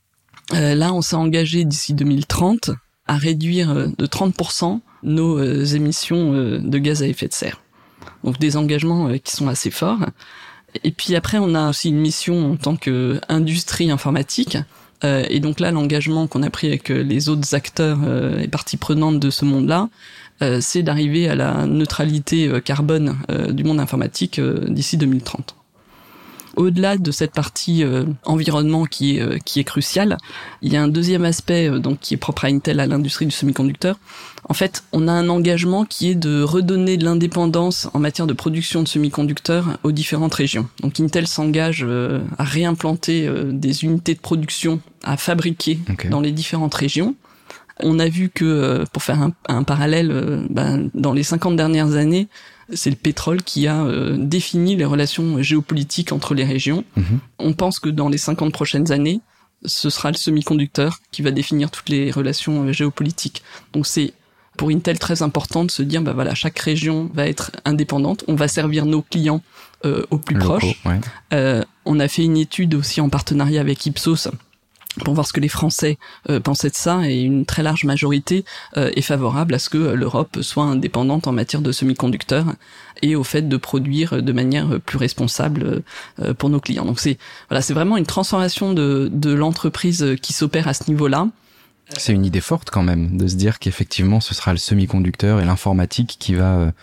euh, là on s'est engagé d'ici deux mille trente à réduire euh, de trente pour cent nos euh, émissions euh, de gaz à effet de serre. Donc des engagements euh, qui sont assez forts. Et puis après on a aussi une mission en tant qu'industrie informatique. Euh, et donc là l'engagement qu'on a pris avec euh, les autres acteurs euh, et parties prenantes de ce monde-là, Euh, c'est d'arriver à la neutralité euh, carbone euh, du monde informatique euh, d'ici deux mille trente. Au-delà de cette partie euh, environnement qui est euh, qui est cruciale, il y a un deuxième aspect euh, donc qui est propre à Intel, à l'industrie du semi-conducteur. En fait, on a un engagement qui est de redonner de l'indépendance en matière de production de semi-conducteurs aux différentes régions. Donc Intel s'engage euh, à réimplanter euh, des unités de production à fabriquer okay. dans les différentes régions. On a vu que, pour faire un, un parallèle, ben, dans les cinquante dernières années, c'est le pétrole qui a euh, défini les relations géopolitiques entre les régions. Mmh. On pense que dans les cinquante prochaines années, ce sera le semi-conducteur qui va définir toutes les relations géopolitiques. Donc c'est pour Intel très important de se dire, bah voilà, chaque région va être indépendante, on va servir nos clients euh, au plus proche. Ouais. Euh, on a fait une étude aussi en partenariat avec Ipsos, pour voir ce que les Français euh, pensaient de ça, et une très large majorité euh, est favorable à ce que l'Europe soit indépendante en matière de semi-conducteurs et au fait de produire de manière plus responsable euh, pour nos clients. Donc c'est voilà, c'est vraiment une transformation de, de l'entreprise qui s'opère à ce niveau-là.
C'est une idée forte quand même de se dire qu'effectivement ce sera le semi-conducteur et l'informatique qui va euh,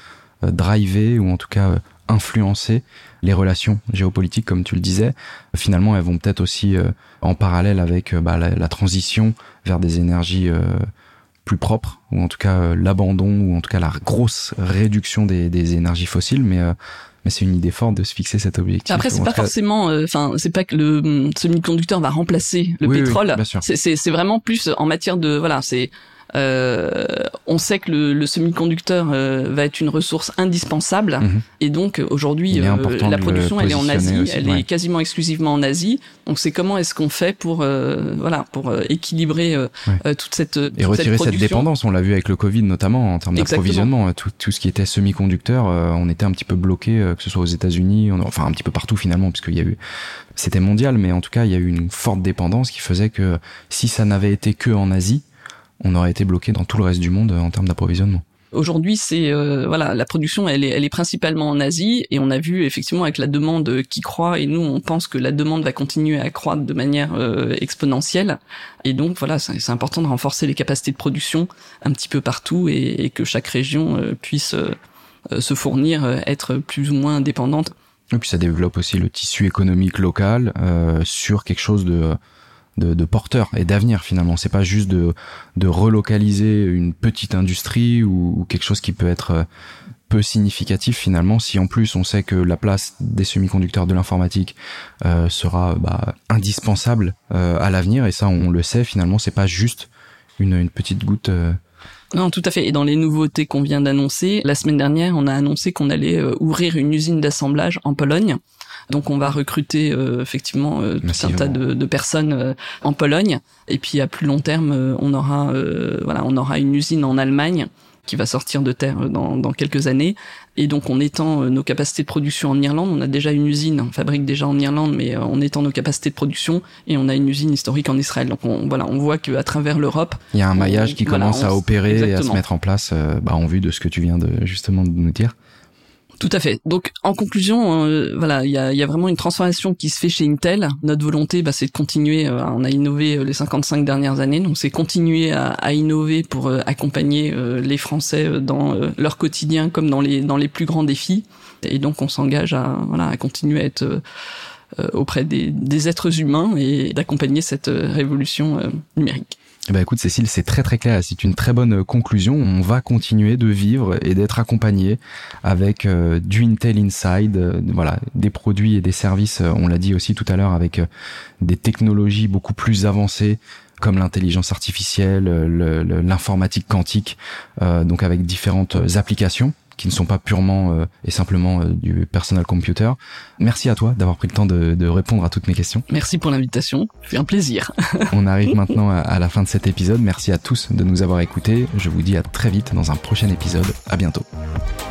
driver ou en tout cas euh, influencer les relations géopolitiques, comme tu le disais. Finalement, elles vont peut-être aussi euh, en parallèle avec euh, bah, la, la transition vers des énergies euh, plus propres, ou en tout cas euh, l'abandon, ou en tout cas la grosse réduction des, des énergies fossiles, mais euh, mais c'est une idée forte de se fixer cet objectif.
Après, c'est pas
cas...
forcément, enfin, euh, c'est pas que le semi-conducteur va remplacer le
oui,
pétrole.
Oui, bien sûr.
C'est, c'est, c'est vraiment plus en matière de, voilà, c'est. Euh, on sait que le, le semi-conducteur euh, va être une ressource indispensable, mmh. et donc aujourd'hui euh, la production elle est en Asie, aussi, elle ouais. est quasiment exclusivement en Asie. Donc c'est comment est-ce qu'on fait pour euh, voilà pour euh, équilibrer euh, ouais. toute cette
et
toute
retirer
cette,
cette dépendance. On l'a vu avec le Covid notamment en termes d'approvisionnement. Tout, tout ce qui était semi-conducteur, euh, on était un petit peu bloqué, euh, que ce soit aux États-Unis, on, enfin un petit peu partout finalement, puisqu'il y a eu, c'était mondial, mais en tout cas il y a eu une forte dépendance qui faisait que si ça n'avait été que en Asie, on aurait été bloqué dans tout le reste du monde en termes d'approvisionnement.
Aujourd'hui, c'est euh, voilà, la production, elle est, elle est principalement en Asie, et on a vu effectivement avec la demande qui croît, et nous on pense que la demande va continuer à croître de manière euh, exponentielle, et donc voilà, c'est, c'est important de renforcer les capacités de production un petit peu partout, et, et que chaque région euh, puisse euh, se fournir, euh, être plus ou moins indépendante.
Et puis ça développe aussi le tissu économique local euh, sur quelque chose de De, de porteur et d'avenir finalement. C'est pas juste de, de relocaliser une petite industrie ou, ou quelque chose qui peut être peu significatif finalement. Si en plus on sait que la place des semi-conducteurs de l'informatique euh, sera bah, indispensable euh, à l'avenir, et ça on le sait finalement, c'est pas juste une, une petite goutte. Euh...
Non, tout à fait. Et dans les nouveautés qu'on vient d'annoncer, la semaine dernière, on a annoncé qu'on allait euh, ouvrir une usine d'assemblage en Pologne. Donc on va recruter euh, effectivement euh, tout un tas de, de personnes euh, en Pologne, et puis à plus long terme euh, on aura euh, voilà on aura une usine en Allemagne qui va sortir de terre dans, dans quelques années, et donc on étend euh, nos capacités de production en Irlande. On a déjà une usine, on fabrique déjà en Irlande, mais euh, on étend nos capacités de production, et on a une usine historique en Israël. Donc on, voilà, on voit qu'à travers l'Europe,
il y a un maillage on, qui
voilà,
commence
on,
à opérer
exactement.
et à se mettre en place euh, bah, en vue de ce que tu viens de justement de nous dire.
Tout à fait. Donc, en conclusion, euh, voilà, il y a, y a vraiment une transformation qui se fait chez Intel. Notre volonté, bah, c'est de continuer. Euh, on a innové les cinquante-cinq dernières années, donc c'est continuer à, à innover pour euh, accompagner euh, les Français dans euh, leur quotidien comme dans les dans les plus grands défis. Et donc, on s'engage à voilà à continuer à être euh, auprès des, des êtres humains et d'accompagner cette euh, révolution euh, numérique.
Eh ben écoute Cécile, c'est très très clair, c'est une très bonne conclusion. On va continuer de vivre et d'être accompagné avec euh, du Intel Inside, euh, voilà, des produits et des services, euh, on l'a dit aussi tout à l'heure, avec euh, des technologies beaucoup plus avancées comme l'intelligence artificielle, le, le, l'informatique quantique, euh, donc avec différentes applications qui ne sont pas purement euh, et simplement euh, du personal computer. Merci à toi d'avoir pris le temps de, de répondre à toutes mes questions.
Merci pour l'invitation, c'est un plaisir.
On arrive maintenant à, à la fin de cet épisode. Merci à tous de nous avoir écoutés. Je vous dis à très vite dans un prochain épisode. À bientôt.